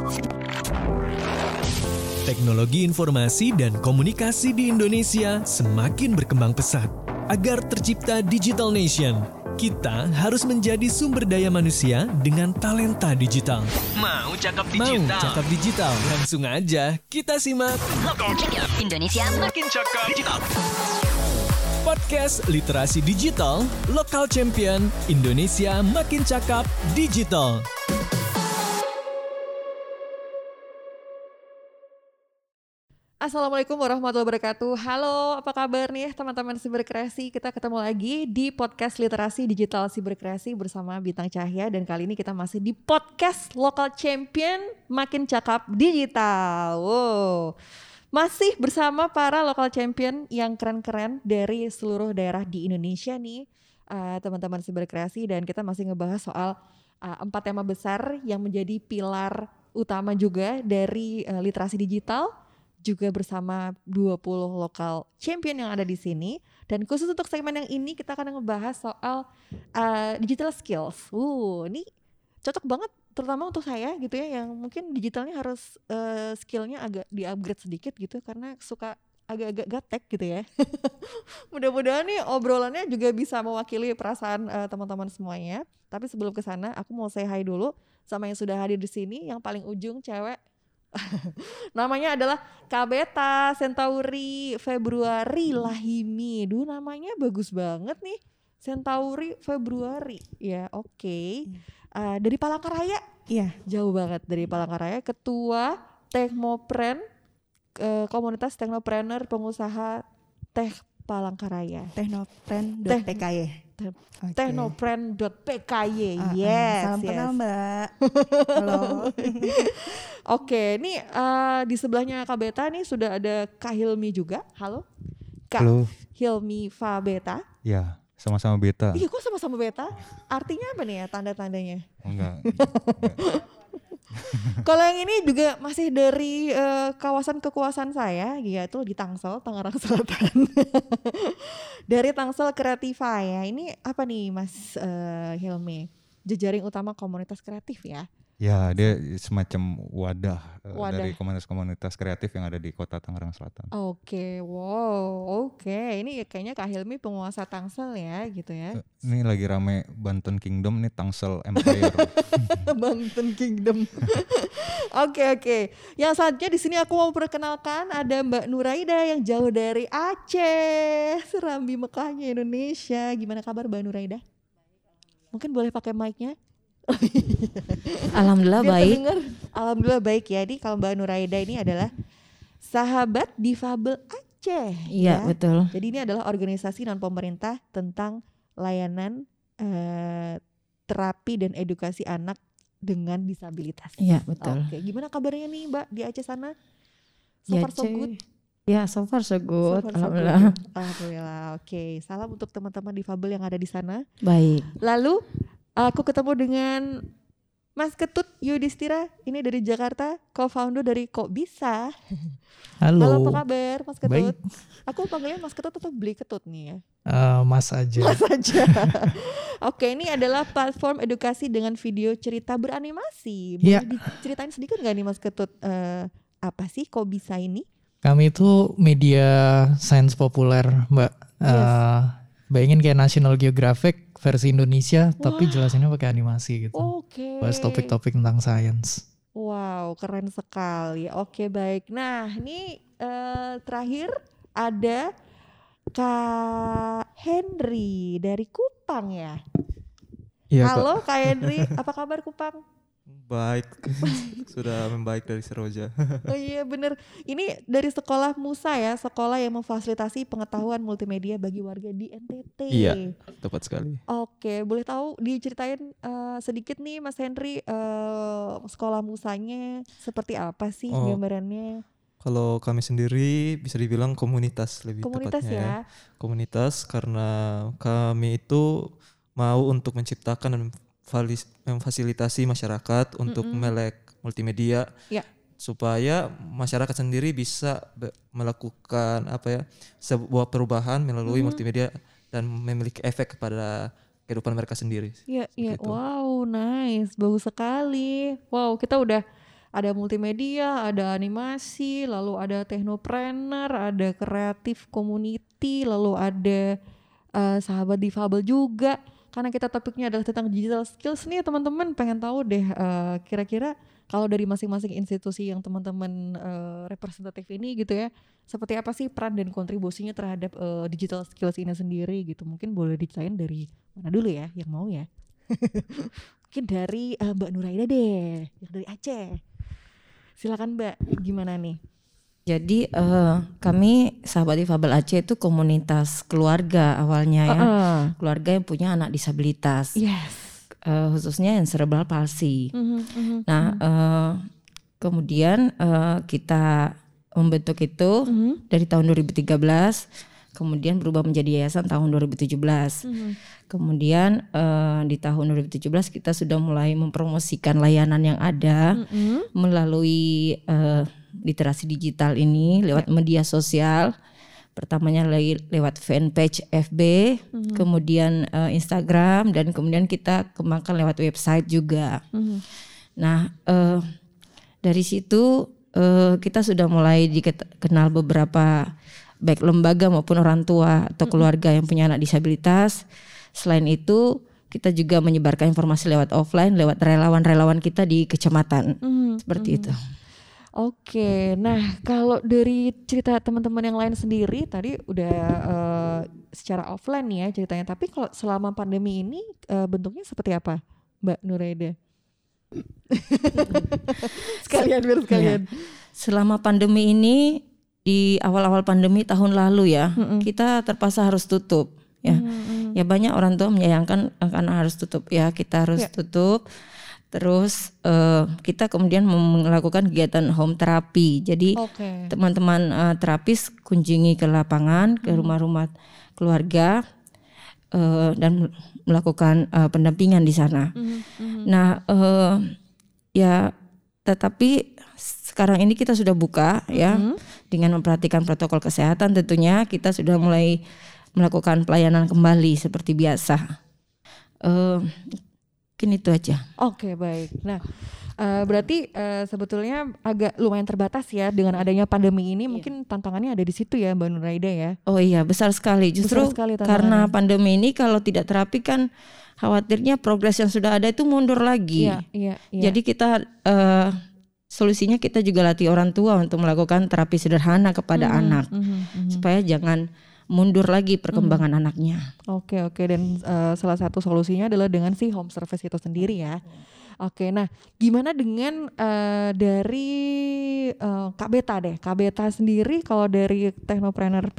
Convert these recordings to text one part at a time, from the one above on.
Teknologi informasi dan komunikasi di Indonesia semakin berkembang pesat. Agar tercipta Digital Nation, kita harus menjadi sumber daya manusia dengan talenta digital. Mau cakap digital? Mau cakap digital? Langsung aja kita simak Indonesia makin cakap digital. Podcast Literasi Digital, Lokal Champion, Indonesia Makin Cakap Digital. Assalamualaikum warahmatullahi wabarakatuh. Halo, apa kabar nih teman-teman Siberkreasi? Kita ketemu lagi di podcast Literasi Digital Siberkreasi bersama Bintang Cahya. Dan kali ini kita masih di podcast Lokal Champion Makin Cakap Digital. Wow. Masih bersama para Lokal Champion yang keren-keren dari seluruh daerah di Indonesia nih, teman-teman Siberkreasi. Dan kita masih ngebahas soal 4 tema besar yang menjadi pilar utama juga dari literasi digital, juga bersama 20 lokal champion yang ada di sini. Dan khusus untuk segmen yang ini kita akan ngebahas soal digital skills. Ini cocok banget terutama untuk saya gitu ya, yang mungkin digitalnya harus skillnya agak di-upgrade sedikit gitu karena suka agak-agak gaptek gitu ya. Mudah-mudahan nih obrolannya juga bisa mewakili perasaan teman-teman semuanya. Tapi sebelum ke sana aku mau say hi dulu sama yang sudah hadir di sini. Yang paling ujung cewek. Namanya adalah Kabeta Centauri Februari Lahimi. Duh, namanya bagus banget nih, Centauri Februari. Ya, oke. Dari Palangkaraya. Iya, jauh banget dari Palangkaraya. Ketua Teknopren, komunitas teknopreneur pengusaha teh Palangkaraya. Teknopren.pky. Teknopren.pky. Yes. Salam kenal Mbak. Halo. Oke, nih di sebelahnya Kak Beta nih sudah ada Kak Hilmi juga. Halo. Kak Halo. Hilmi Fabeta. Ya, sama-sama beta. Iya, kok sama-sama beta? Artinya apa nih ya tanda-tandanya? Enggak. Kalau yang ini juga masih dari kawasan kekuasaan saya, yaitu di Tangsel, Tangerang Selatan. Dari Tangsel Kreativa ya. Ini apa nih Mas Hilmi? Jejaring utama komunitas kreatif ya? Ya, dia semacam wadah. Dari komunitas-komunitas kreatif yang ada di kota Tangerang Selatan. Oke, wow, oke. Ini kayaknya Kak Hilmi penguasa Tangsel ya, gitu ya. Ini lagi rame Banten Kingdom, nih Tangsel Empire. Banten Kingdom. Oke. Yang selanjutnya di sini aku mau perkenalkan ada Mbak Nuraida yang jauh dari Aceh, Serambi Mekahnya Indonesia. Gimana kabar Mbak Nuraida? Mungkin boleh pakai mic-nya? Alhamdulillah Biar baik. terdengar. Alhamdulillah baik ya. Jadi kalau Mbak Nuraida ini adalah sahabat difabel Aceh. Iya, ya. betul. Jadi ini adalah organisasi non pemerintah tentang layanan terapi dan edukasi anak dengan disabilitas. Iya, betul. Oke, gimana kabarnya nih Mbak di Aceh sana? So Ya, far so good. Ya, so far so good. So far so Alhamdulillah. good. Alhamdulillah. Oke, salam untuk teman-teman difabel yang ada di sana. Baik. Lalu aku ketemu dengan Mas Ketut Yudhistira, ini dari Jakarta, co-founder dari Kok Bisa. Halo, apa kabar Mas Ketut? Baik. Aku panggilnya Mas Ketut atau Beli Ketut nih ya? Mas aja. Mas aja. Oke, ini adalah platform edukasi dengan video cerita beranimasi. Boleh diceritain sedikit gak nih Mas Ketut, apa sih Kok Bisa ini? Kami itu media sains populer, Mbak. Bayangin kayak National Geographic versi Indonesia, tapi jelasinnya pakai animasi gitu. Oke. Bahas topik-topik tentang sains. Wow, keren sekali. Oke, baik. Nah, ini terakhir ada Kak Henry dari Kupang ya. Iya, Halo Kak Henry, apa kabar Kupang? Baik, sudah membaik dari Seroja. Oh iya bener, ini dari sekolah Musa ya, sekolah yang memfasilitasi pengetahuan multimedia bagi warga di NTT. Iya, tepat sekali. Oke, boleh tahu diceritain sedikit nih Mas Henry, sekolah Musanya seperti apa sih gambarannya? Kalau kami sendiri bisa dibilang komunitas lebih Komunitas tepatnya. ya? Komunitas karena kami itu mau untuk menciptakan dan memfasilitasi masyarakat untuk melek multimedia supaya masyarakat sendiri bisa melakukan sebuah perubahan melalui multimedia dan memiliki efek kepada kehidupan mereka sendiri. Iya, wow, nice, bagus sekali. Wow, kita udah Ada multimedia, ada animasi, lalu ada technopreneur, ada kreatif community, lalu ada sahabat difabel juga. Karena kita topiknya adalah tentang digital skills nih teman-teman, pengen tahu deh kira-kira kalau dari masing-masing institusi yang teman-teman representatif ini gitu ya, seperti apa sih peran dan kontribusinya terhadap digital skills ini sendiri gitu. Mungkin boleh diceritain dari mana dulu ya yang mau ya. Mungkin dari Mbak Nuraida deh, yang dari Aceh. Silakan Mbak, gimana nih? Jadi kami sahabat difabel Aceh itu komunitas keluarga awalnya ya, keluarga yang punya anak disabilitas, khususnya yang cerebral palsy. Nah kemudian kita membentuk itu dari tahun 2013, kemudian berubah menjadi yayasan tahun 2017. Kemudian di tahun 2017 kita sudah mulai mempromosikan layanan yang ada melalui literasi digital ini lewat media sosial. Pertamanya lewat fanpage FB, kemudian Instagram, dan kemudian kita kembangkan lewat website juga. Nah dari situ kita sudah mulai dikenal beberapa baik lembaga maupun orang tua atau keluarga yang punya anak disabilitas. Selain itu kita juga menyebarkan informasi lewat offline, lewat relawan-relawan kita di kecamatan, seperti itu. Oke, nah kalau dari cerita teman-teman yang lain sendiri tadi udah secara offline ya ceritanya, tapi kalau selama pandemi ini bentuknya seperti apa, Mbak Nuraida? Sekalian. Ya. Selama pandemi ini, di awal-awal pandemi tahun lalu ya, kita terpaksa harus tutup. Ya banyak orang tua menyayangkan karena harus tutup ya, kita harus tutup. Terus kita kemudian melakukan kegiatan home therapy. Jadi teman-teman terapis kunjungi ke lapangan, ke rumah-rumah keluarga dan melakukan pendampingan di sana. Nah ya tetapi sekarang ini kita sudah buka ya, dengan memperhatikan protokol kesehatan tentunya kita sudah mulai melakukan pelayanan kembali seperti biasa. Mungkin itu aja. Oke, baik. Nah, berarti sebetulnya agak lumayan terbatas ya dengan adanya pandemi ini. Mungkin tantangannya ada di situ ya, Mbak Nuraida ya. Oh iya, besar sekali. Justru besar sekali karena pandemi ini kalau tidak terapi kan khawatirnya progres yang sudah ada itu mundur lagi. Iya. Jadi kita solusinya kita juga latih orang tua untuk melakukan terapi sederhana kepada anak supaya jangan mundur lagi perkembangan anaknya. Oke, dan salah satu solusinya adalah dengan si home service itu sendiri ya. Oke, nah gimana dengan dari Kak Beta deh. Kak Beta sendiri kalau dari Technopreneur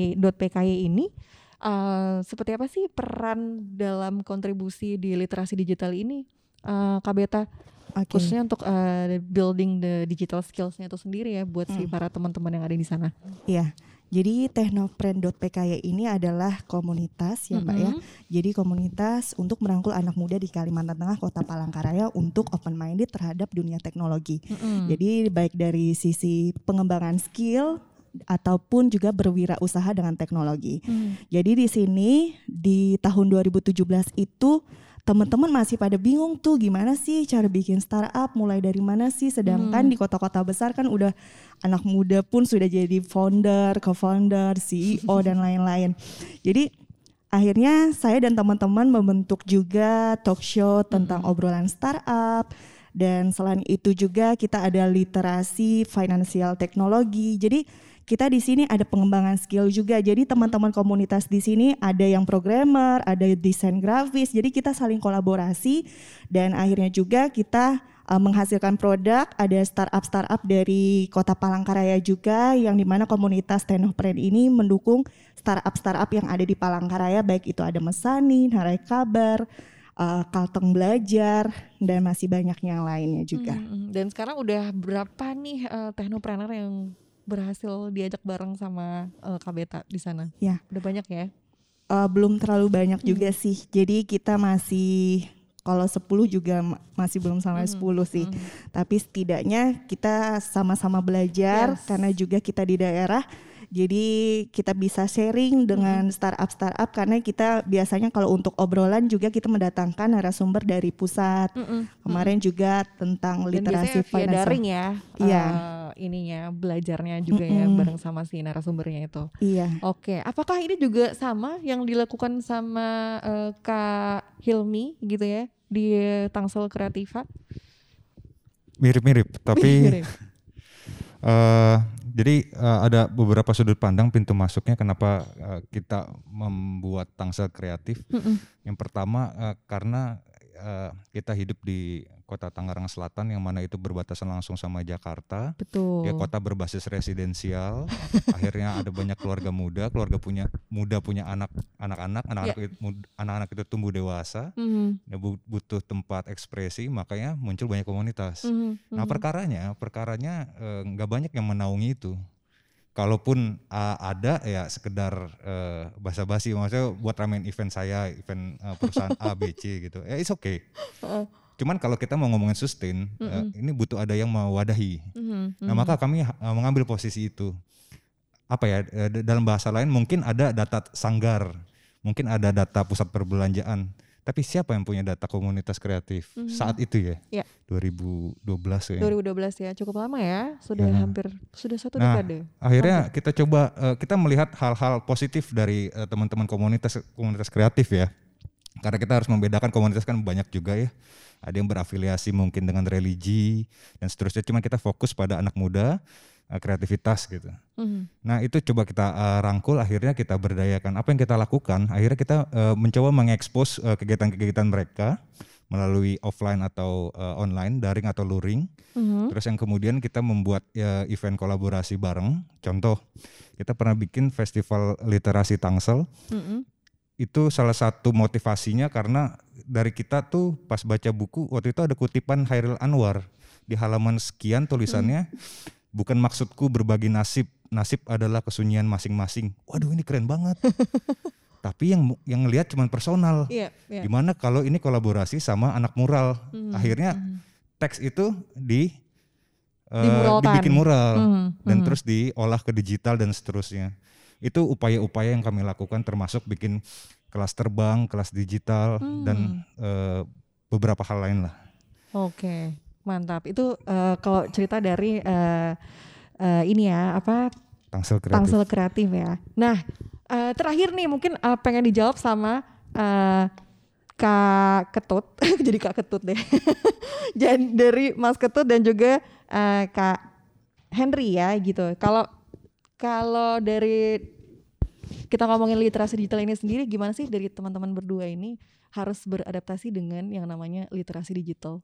PKY ini seperti apa sih peran dalam kontribusi di literasi digital ini, Kak Beta? Khususnya untuk building the digital skills-nya itu sendiri ya buat si para teman-teman yang ada di sana. Iya. Jadi Technopren.pky ini adalah komunitas ya Mbak ya. Jadi komunitas untuk merangkul anak muda di Kalimantan Tengah, Kota Palangkaraya untuk open minded terhadap dunia teknologi. Jadi baik dari sisi pengembangan skill ataupun juga berwirausaha dengan teknologi. Jadi di sini di tahun 2017 itu teman-teman masih pada bingung tuh gimana sih cara bikin startup, mulai dari mana sih, sedangkan di kota-kota besar kan udah anak muda pun sudah jadi founder, co-founder, CEO dan lain-lain. Jadi akhirnya saya dan teman-teman membentuk juga talk show tentang obrolan startup, dan selain itu juga kita ada literasi finansial teknologi. Jadi kita di sini ada pengembangan skill juga. Jadi teman-teman komunitas di sini ada yang programmer, ada desain grafis. Jadi kita saling kolaborasi dan akhirnya juga kita menghasilkan produk. Ada startup dari Kota Palangkaraya juga, yang dimana komunitas Technopren ini mendukung startup yang ada di Palangkaraya, baik itu ada Mesani, Harai Kabar, Kalteng Belajar, dan masih banyak yang lainnya juga. Dan sekarang udah berapa nih Technopreneur yang berhasil diajak bareng sama Kak Beta di sana? Ya, udah banyak ya? Belum terlalu banyak juga sih. Jadi kita masih, kalau 10 juga masih belum sampai 10 sih. Tapi setidaknya kita sama-sama belajar karena juga kita di daerah. Jadi kita bisa sharing dengan startup karena kita biasanya kalau untuk obrolan juga kita mendatangkan narasumber dari pusat. Kemarin juga tentang literasi via daring ya. Iya. Ininya belajarnya juga ya bareng sama si narasumbernya itu. Iya. Oke, apakah ini juga sama yang dilakukan sama Kak Hilmi gitu ya di Tangsel Kreativa? Mirip-mirip, tapi jadi ada beberapa sudut pandang pintu masuknya kenapa kita membuat Tangsel Kreatif. Yang pertama karena kita hidup di kota Tangerang Selatan yang mana itu berbatasan langsung sama Jakarta. Betul. Ya kota berbasis residensial. Akhirnya ada banyak keluarga muda punya anak-anak itu tumbuh dewasa. Ya butuh tempat ekspresi, makanya muncul banyak komunitas. Nah, perkaranya nggak banyak yang menaungi itu. Kalaupun ada ya sekedar basa-basi, maksudnya buat ramein event perusahaan A, B, C gitu. Ya it's okay. Cuman kalau kita mau ngomongin sustain, ini butuh ada yang mewadahi. Nah maka kami mengambil posisi itu. Apa ya, dalam bahasa lain mungkin ada data sanggar, mungkin ada data pusat perbelanjaan. Tapi siapa yang punya data komunitas kreatif saat itu ya? 2012 ya. 2012 ya, cukup lama ya, sudah satu dekade. Akhirnya kita coba, kita melihat hal-hal positif dari teman-teman komunitas kreatif ya. Karena kita harus membedakan komunitas kan banyak juga ya. Ada yang berafiliasi mungkin dengan religi dan seterusnya. Cuman kita fokus pada anak muda, kreativitas gitu. Nah itu coba kita rangkul, akhirnya kita berdayakan. Apa yang kita lakukan? Akhirnya kita mencoba mengekspos kegiatan-kegiatan mereka melalui offline atau online, daring atau luring. Terus yang kemudian kita membuat event kolaborasi bareng. Contoh, kita pernah bikin festival literasi Tangsel. Itu salah satu motivasinya karena dari kita tuh pas baca buku waktu itu ada kutipan Hairil Anwar di halaman sekian tulisannya, bukan maksudku berbagi nasib adalah kesunyian masing-masing. Waduh ini keren banget. Tapi yang ngelihat cuma personal. Gimana kalau ini kolaborasi sama anak mural? Akhirnya teks itu dibikin mural dan terus diolah ke digital dan seterusnya. Itu upaya-upaya yang kami lakukan termasuk bikin kelas terbang, kelas digital dan beberapa hal lain lah. Oke, mantap. Itu kalau cerita dari ini ya Tangsel Kreatif ya. Nah terakhir nih mungkin pengen dijawab sama Kak Ketut, jadi Kak Ketut deh. Jadi dari Mas Ketut dan juga Kak Henry ya gitu. Kalau dari kita ngomongin literasi digital ini sendiri, gimana sih dari teman-teman berdua ini harus beradaptasi dengan yang namanya literasi digital?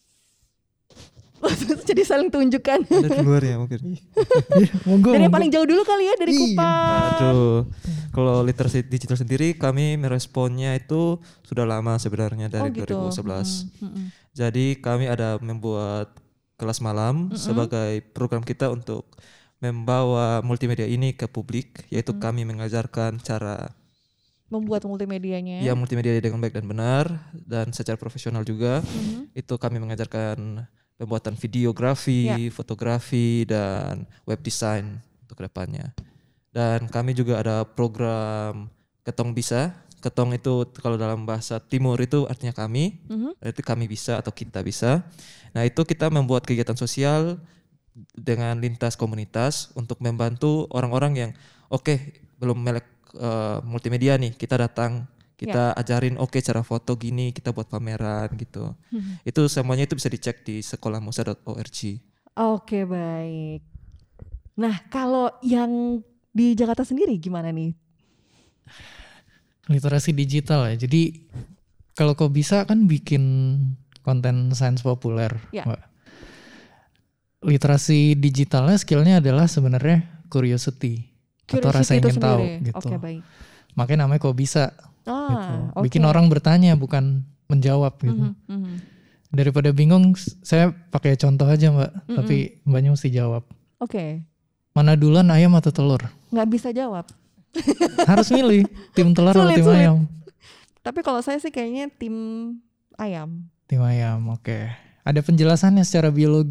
Jadi saling tunjukkan. Ada luar ya mungkin. Dari yang paling jauh dulu kali ya, dari Kupang. Aduh, kalau literasi digital sendiri kami meresponnya itu sudah lama sebenarnya dari 2011. Jadi kami ada membuat kelas malam sebagai program kita untuk membawa multimedia ini ke publik, yaitu kami mengajarkan cara membuat multimedianya. Ya, multimedia dengan baik dan benar dan secara profesional juga. Itu kami mengajarkan pembuatan videografi, fotografi dan web design untuk kedepannya. Dan kami juga ada program Ketong Bisa. Ketong itu kalau dalam bahasa Timur itu artinya kami, berarti kami bisa atau kita bisa. Nah itu kita membuat kegiatan sosial dengan lintas komunitas untuk membantu orang-orang yang belum melek multimedia nih, kita datang, kita ajarin cara foto gini, kita buat pameran gitu. Itu semuanya itu bisa dicek di sekolahmusa.org. Oke, baik. Nah kalau yang di Jakarta sendiri gimana nih? Literasi digital ya, jadi kalau kau bisa kan bikin konten sains populer, Mbak. Literasi digitalnya skillnya adalah sebenarnya curiosity atau rasa ingin tahu gitu. Oke, baik. Makanya namanya kok bisa gitu. Bikin orang bertanya bukan menjawab gitu. Daripada bingung, saya pakai contoh aja Mbak, tapi Mbaknya mesti jawab. Oke. Mana duluan ayam atau telur? Nggak bisa jawab. Harus milih tim telur atau tim ayam. Tapi kalau saya sih kayaknya tim ayam. Tim ayam, oke. Ada penjelasannya secara biologi.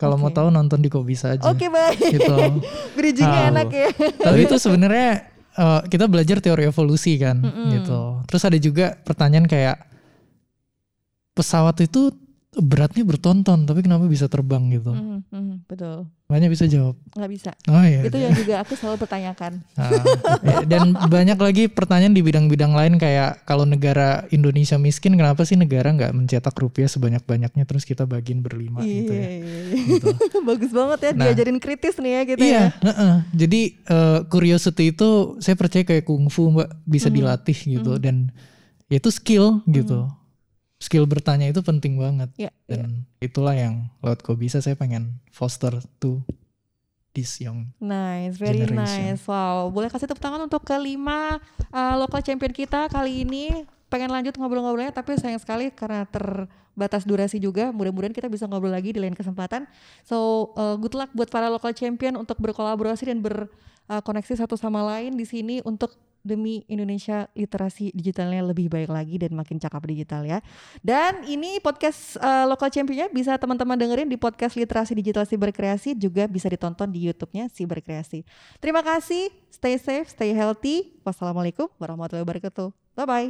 Kalau mau tahu nonton di Kok Bisa aja. Oke, baik. Gitu. Bridgingnya enak ya. Tapi itu sebenarnya kita belajar teori evolusi kan, gitu. Terus ada juga pertanyaan kayak pesawat itu beratnya bertonton, tapi kenapa bisa terbang gitu? Betul. Banyak bisa jawab. Nggak bisa. Oh iya. Itu yang juga aku selalu pertanyakan. Dan banyak lagi pertanyaan di bidang-bidang lain kayak kalau negara Indonesia miskin, kenapa sih negara nggak mencetak rupiah sebanyak-banyaknya terus kita bagiin berlima gitu ya? Gitu. Bagus banget ya, diajarin kritis nih ya gitu ya. Jadi curiosity itu saya percaya kayak kungfu Mbak, bisa dilatih gitu dan itu skill gitu. Skill bertanya itu penting banget. Dan itulah yang lewat Kok Bisa saya pengen foster to this young very generation. nice. Wow, boleh kasih tepuk tangan untuk kelima local champion kita kali ini. Pengen lanjut ngobrol-ngobrolnya tapi sayang sekali karena terbatas durasi juga. Mudah-mudahan kita bisa ngobrol lagi di lain kesempatan. So good luck buat para local champion untuk berkolaborasi dan berkoneksi satu sama lain di sini untuk demi Indonesia literasi digitalnya lebih baik lagi dan makin cakap digital ya. Dan ini podcast Local Championnya bisa teman-teman dengerin di podcast Literasi Digital Siberkreasi, juga bisa ditonton di YouTube-nya Siberkreasi. Terima kasih, stay safe, stay healthy. Wassalamualaikum warahmatullahi wabarakatuh. Bye-bye.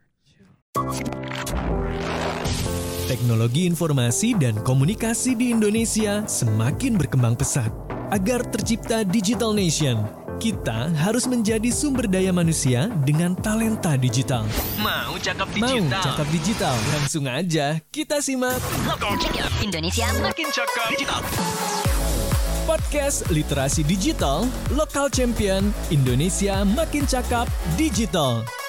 Teknologi informasi dan komunikasi di Indonesia semakin berkembang pesat. Agar tercipta Digital Nation, kita harus menjadi sumber daya manusia dengan talenta digital. Mau cakap digital? Langsung aja kita simak Indonesia makin cakap digital. Podcast Literasi Digital, Local Champion, Indonesia Makin Cakap Digital.